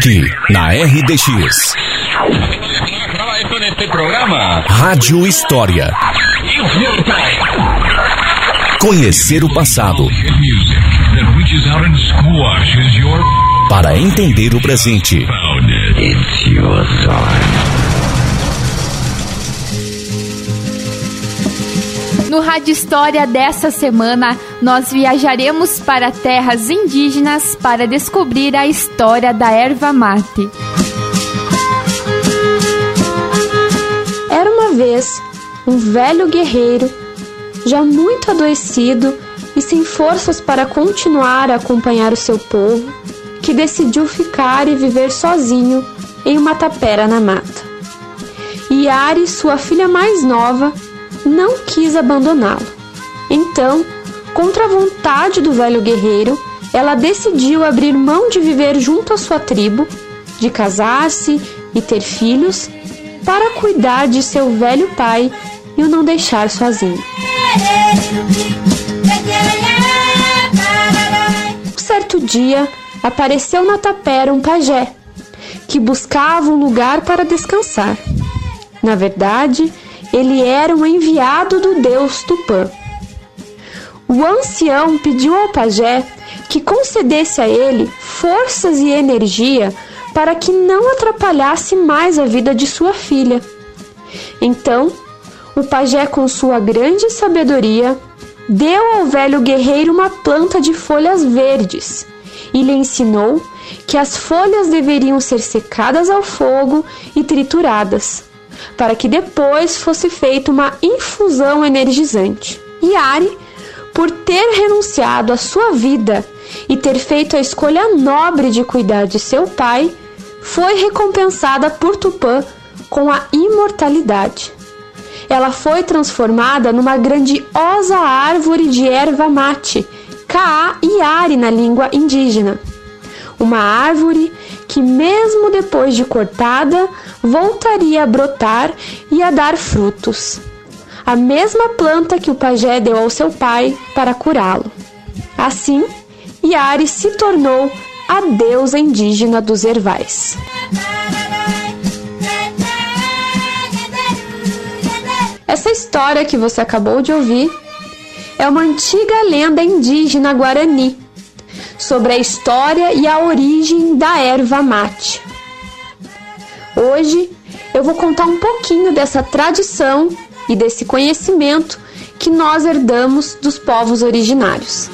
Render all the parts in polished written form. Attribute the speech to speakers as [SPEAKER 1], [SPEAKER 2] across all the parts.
[SPEAKER 1] Aqui, na RDX. Rádio História. Conhecer o passado. Para entender o presente.
[SPEAKER 2] No Rádio História dessa semana, nós viajaremos para terras indígenas para descobrir a história da erva mate.
[SPEAKER 3] Era uma vez um velho guerreiro, já muito adoecido e sem forças para continuar a acompanhar o seu povo, que decidiu ficar e viver sozinho em uma tapera na mata. Yari, sua filha mais nova, não quis abandoná-lo. Então, contra a vontade do velho guerreiro, ela decidiu abrir mão de viver junto à sua tribo, de casar-se e ter filhos, para cuidar de seu velho pai e o não deixar sozinho. Um certo dia, apareceu na tapera um pajé, que buscava um lugar para descansar. Na verdade, ele era um enviado do deus Tupã. O ancião pediu ao pajé que concedesse a ele forças e energia para que não atrapalhasse mais a vida de sua filha. Então, o pajé, com sua grande sabedoria, deu ao velho guerreiro uma planta de folhas verdes e lhe ensinou que as folhas deveriam ser secadas ao fogo e trituradas, para que depois fosse feita uma infusão energizante. Yari, por ter renunciado à sua vida e ter feito a escolha nobre de cuidar de seu pai, foi recompensada por Tupã com a imortalidade. Ela foi transformada numa grandiosa árvore de erva mate, Kaa-Yari na língua indígena. Uma árvore que, mesmo depois de cortada, voltaria a brotar e a dar frutos. A mesma planta que o pajé deu ao seu pai para curá-lo. Assim, Yari se tornou a deusa indígena dos ervais. Essa história que você acabou de ouvir é uma antiga lenda indígena guarani sobre a história e a origem da erva mate. Hoje eu vou contar um pouquinho dessa tradição e desse conhecimento que nós herdamos dos povos originários.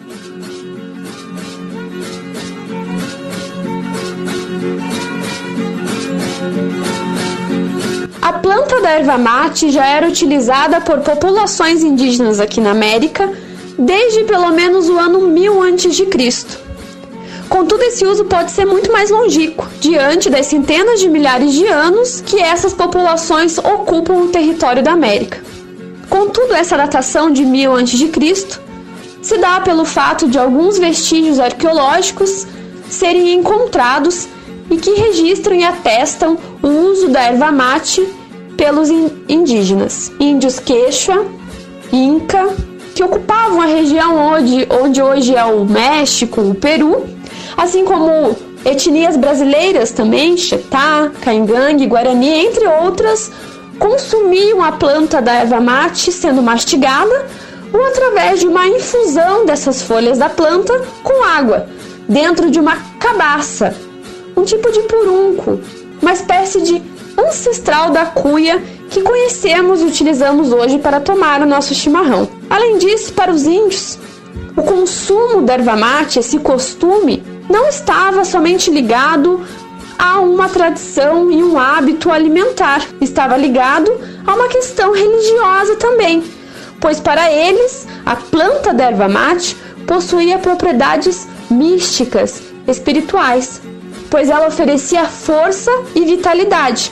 [SPEAKER 3] A planta da erva mate já era utilizada por populações indígenas aqui na América desde pelo menos o ano 1000 a.C. Contudo, esse uso pode ser muito mais longínquo, diante das centenas de milhares de anos que essas populações ocupam o território da América. Contudo, essa datação de 1000 a.C. se dá pelo fato de alguns vestígios arqueológicos serem encontrados e que registram e atestam o uso da erva mate pelos indígenas, índios Quechua, Inca, que ocupavam a região onde hoje é o México, o Peru, assim como etnias brasileiras também, Xetá, Caingangue, Guarani, entre outras, consumiam a planta da erva mate sendo mastigada ou através de uma infusão dessas folhas da planta com água, dentro de uma cabaça, um tipo de purunco, uma espécie de ancestral da cuia que conhecemos e utilizamos hoje para tomar o nosso chimarrão. Além disso, para os índios, o consumo da erva mate, esse costume, não estava somente ligado a uma tradição e um hábito alimentar, estava ligado a uma questão religiosa também, pois para eles a planta da erva mate possuía propriedades místicas, espirituais, pois ela oferecia força e vitalidade.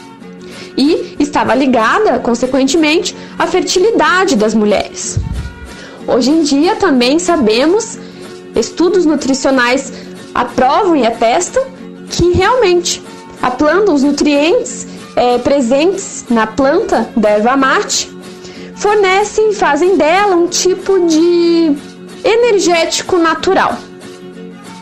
[SPEAKER 3] E estava ligada, consequentemente, à fertilidade das mulheres. Hoje em dia também sabemos, estudos nutricionais aprovam e atestam que realmente a planta, os nutrientes presentes na planta da erva mate fornecem e fazem dela um tipo de energético natural.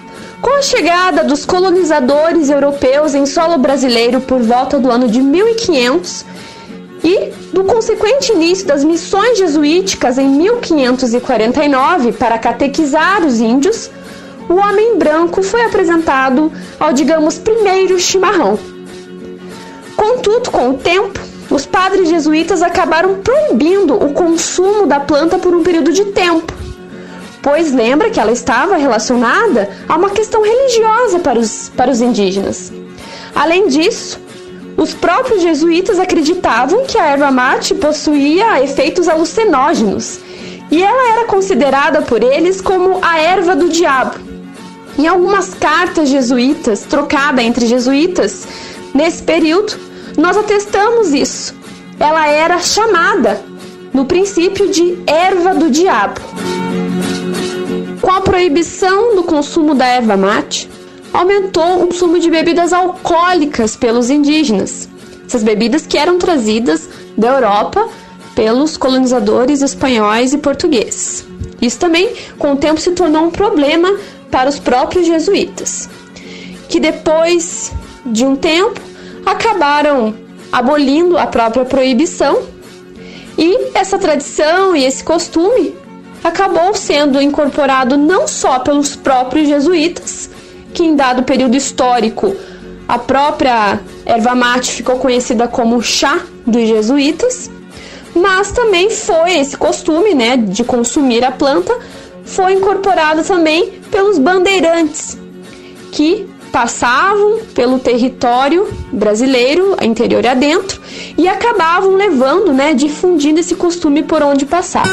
[SPEAKER 3] Com a chegada dos colonizadores europeus em solo brasileiro por volta do ano de 1500 e do consequente início das missões jesuíticas em 1549 para catequizar os índios, o homem branco foi apresentado ao, digamos, primeiro chimarrão. Contudo, com o tempo, os padres jesuítas acabaram proibindo o consumo da planta por um período de tempo, pois lembra que ela estava relacionada a uma questão religiosa para os indígenas. Além disso, os próprios jesuítas acreditavam que a erva mate possuía efeitos alucinógenos e ela era considerada por eles como a erva do diabo. Em algumas cartas jesuítas, trocada entre jesuítas, nesse período, nós atestamos isso. Ela era chamada, no princípio, de erva do diabo. Com a proibição do consumo da erva mate, aumentou o consumo de bebidas alcoólicas pelos indígenas. Essas bebidas que eram trazidas da Europa pelos colonizadores espanhóis e portugueses. Isso também, com o tempo, se tornou um problema para os próprios jesuítas, que depois de um tempo acabaram abolindo a própria proibição e essa tradição e esse costume acabou sendo incorporado não só pelos próprios jesuítas, que em dado período histórico a própria erva mate ficou conhecida como chá dos jesuítas, mas também foi esse costume, de consumir a planta, foi incorporado também pelos bandeirantes, que passavam pelo território brasileiro, interior adentro, e acabavam levando, difundindo esse costume por onde passavam.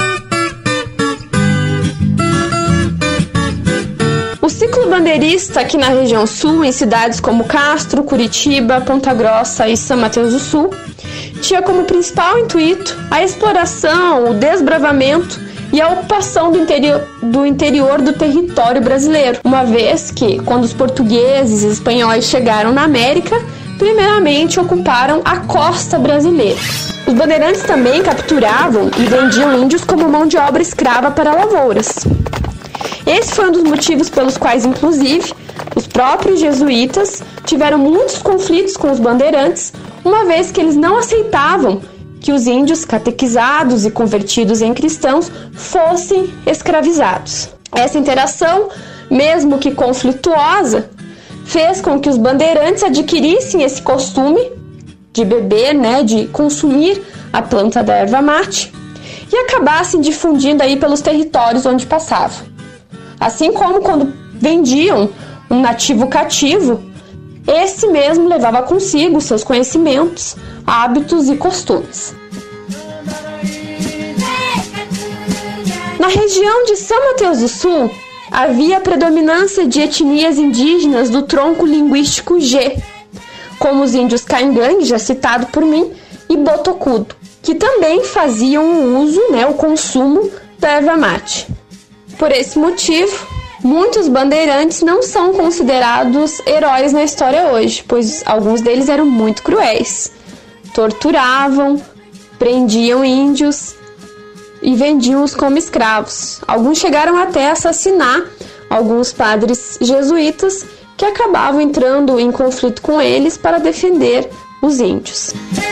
[SPEAKER 3] O ciclo bandeirista aqui na região sul, em cidades como Castro, Curitiba, Ponta Grossa e São Mateus do Sul, tinha como principal intuito a exploração, o desbravamento e a ocupação do interior do território brasileiro, uma vez que, quando os portugueses e espanhóis chegaram na América, primeiramente ocuparam a costa brasileira. Os bandeirantes também capturavam e vendiam índios como mão de obra escrava para lavouras. Esse foi um dos motivos pelos quais, inclusive, os próprios jesuítas tiveram muitos conflitos com os bandeirantes, uma vez que eles não aceitavam que os índios catequizados e convertidos em cristãos fossem escravizados. Essa interação, mesmo que conflituosa, fez com que os bandeirantes adquirissem esse costume de beber, de consumir a planta da erva mate e acabassem difundindo aí pelos territórios onde passavam. Assim como quando vendiam um nativo cativo, esse mesmo levava consigo seus conhecimentos, hábitos e costumes. Na região de São Mateus do Sul, havia predominância de etnias indígenas do tronco linguístico G, como os índios Caingangue, já citado por mim, e Botocudo, que também faziam o uso, o consumo da erva mate. Por esse motivo, muitos bandeirantes não são considerados heróis na história hoje, pois alguns deles eram muito cruéis. Torturavam, prendiam índios e vendiam-os como escravos. Alguns chegaram até a assassinar alguns padres jesuítas que acabavam entrando em conflito com eles para defender os índios.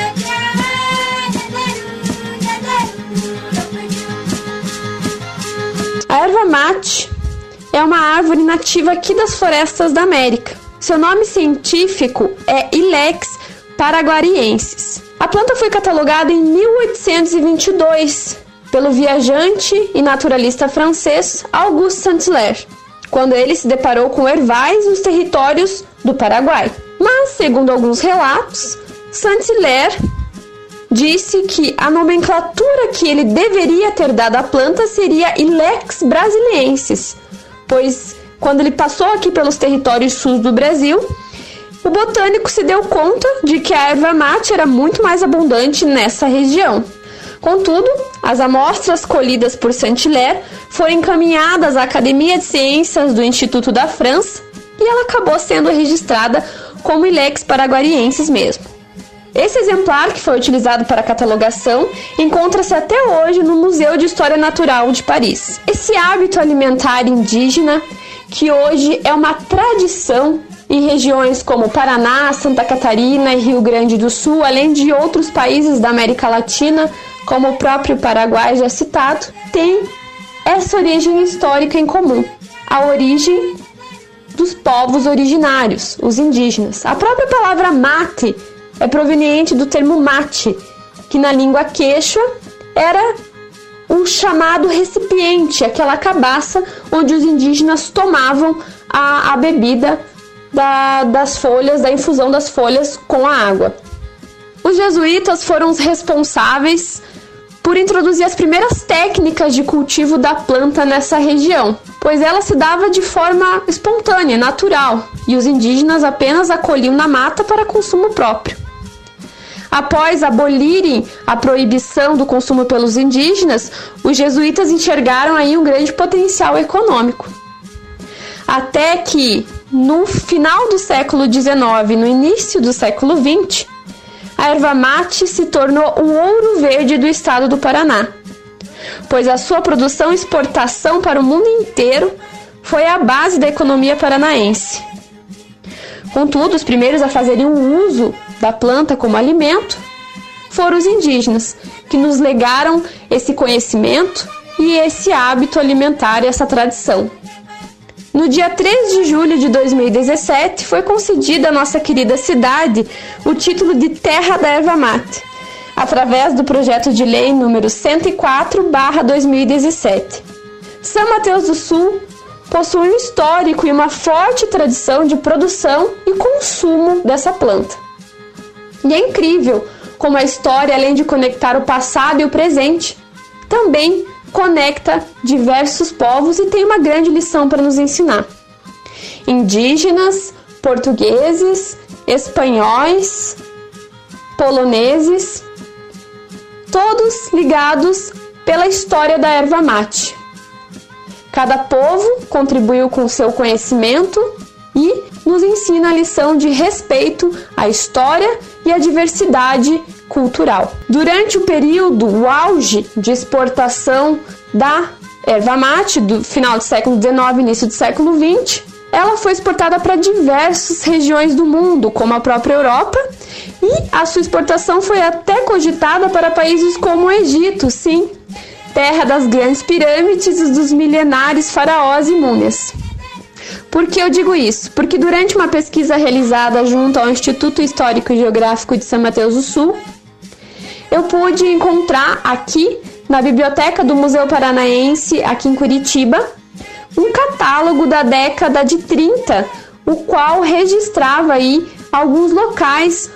[SPEAKER 3] A erva mate é uma árvore nativa aqui das florestas da América. Seu nome científico é Ilex paraguariensis. A planta foi catalogada em 1822 pelo viajante e naturalista francês Auguste Saint-Hilaire, quando ele se deparou com ervais nos territórios do Paraguai. Mas, segundo alguns relatos, Saint-Hilaire disse que a nomenclatura que ele deveria ter dado à planta seria Ilex brasiliensis, pois quando ele passou aqui pelos territórios sul do Brasil, o botânico se deu conta de que a erva mate era muito mais abundante nessa região. Contudo, as amostras colhidas por Saint-Hilaire foram encaminhadas à Academia de Ciências do Instituto da França e ela acabou sendo registrada como Ilex paraguariensis mesmo. Esse exemplar, que foi utilizado para a catalogação, encontra-se até hoje no Museu de História Natural de Paris. Esse hábito alimentar indígena que hoje é uma tradição em regiões como Paraná, Santa Catarina e Rio Grande do Sul, além de outros países da América Latina, como o próprio Paraguai já citado, tem essa origem histórica em comum, a origem dos povos originários, os indígenas. A própria palavra mate é proveniente do termo mate, que na língua quechua era o chamado recipiente, aquela cabaça onde os indígenas tomavam a bebida das folhas, da infusão das folhas com a água. Os jesuítas foram os responsáveis por introduzir as primeiras técnicas de cultivo da planta nessa região, pois ela se dava de forma espontânea, natural, e os indígenas apenas a colhiam na mata para consumo próprio. Após abolirem a proibição do consumo pelos indígenas, os jesuítas enxergaram aí um grande potencial econômico. Até que, no final do século XIX, no início do século XX, a erva mate se tornou o ouro verde do estado do Paraná, pois a sua produção e exportação para o mundo inteiro foi a base da economia paranaense. Contudo, os primeiros a fazerem o uso da planta como alimento foram os indígenas, que nos legaram esse conhecimento e esse hábito alimentar e essa tradição. No dia 3 de julho de 2017, foi concedida à nossa querida cidade o título de Terra da Erva Mate, através do projeto de lei número 104/2017. São Mateus do Sul possui um histórico e uma forte tradição de produção e consumo dessa planta. E é incrível como a história, além de conectar o passado e o presente, também conecta diversos povos e tem uma grande lição para nos ensinar. Indígenas, portugueses, espanhóis, poloneses, todos ligados pela história da erva mate. Cada povo contribuiu com seu conhecimento e nos ensina a lição de respeito à história e à diversidade cultural. Durante o período, o auge de exportação da erva mate, do final do século XIX e início do século XX, ela foi exportada para diversas regiões do mundo, como a própria Europa, e a sua exportação foi até cogitada para países como o Egito, sim, terra das grandes pirâmides e dos milenares faraós e múmias. Por que eu digo isso? Porque durante uma pesquisa realizada junto ao Instituto Histórico e Geográfico de São Mateus do Sul, eu pude encontrar aqui na biblioteca do Museu Paranaense, aqui em Curitiba, um catálogo da década de 30, o qual registrava aí alguns locais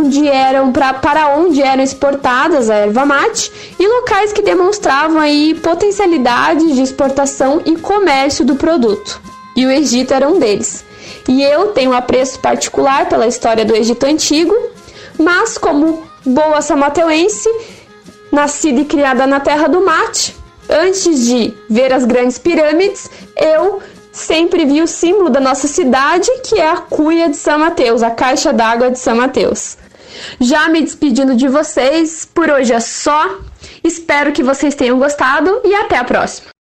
[SPEAKER 3] para onde eram exportadas a erva mate e locais que demonstravam aí potencialidades de exportação e comércio do produto. E o Egito era um deles. E eu tenho um apreço particular pela história do Egito Antigo, mas como boa samateuense, nascida e criada na terra do mate, antes de ver as grandes pirâmides, eu sempre vi o símbolo da nossa cidade, que é a cuia de São Mateus, a caixa d'água de São Mateus. Já me despedindo de vocês, por hoje é só. Espero que vocês tenham gostado e até a próxima.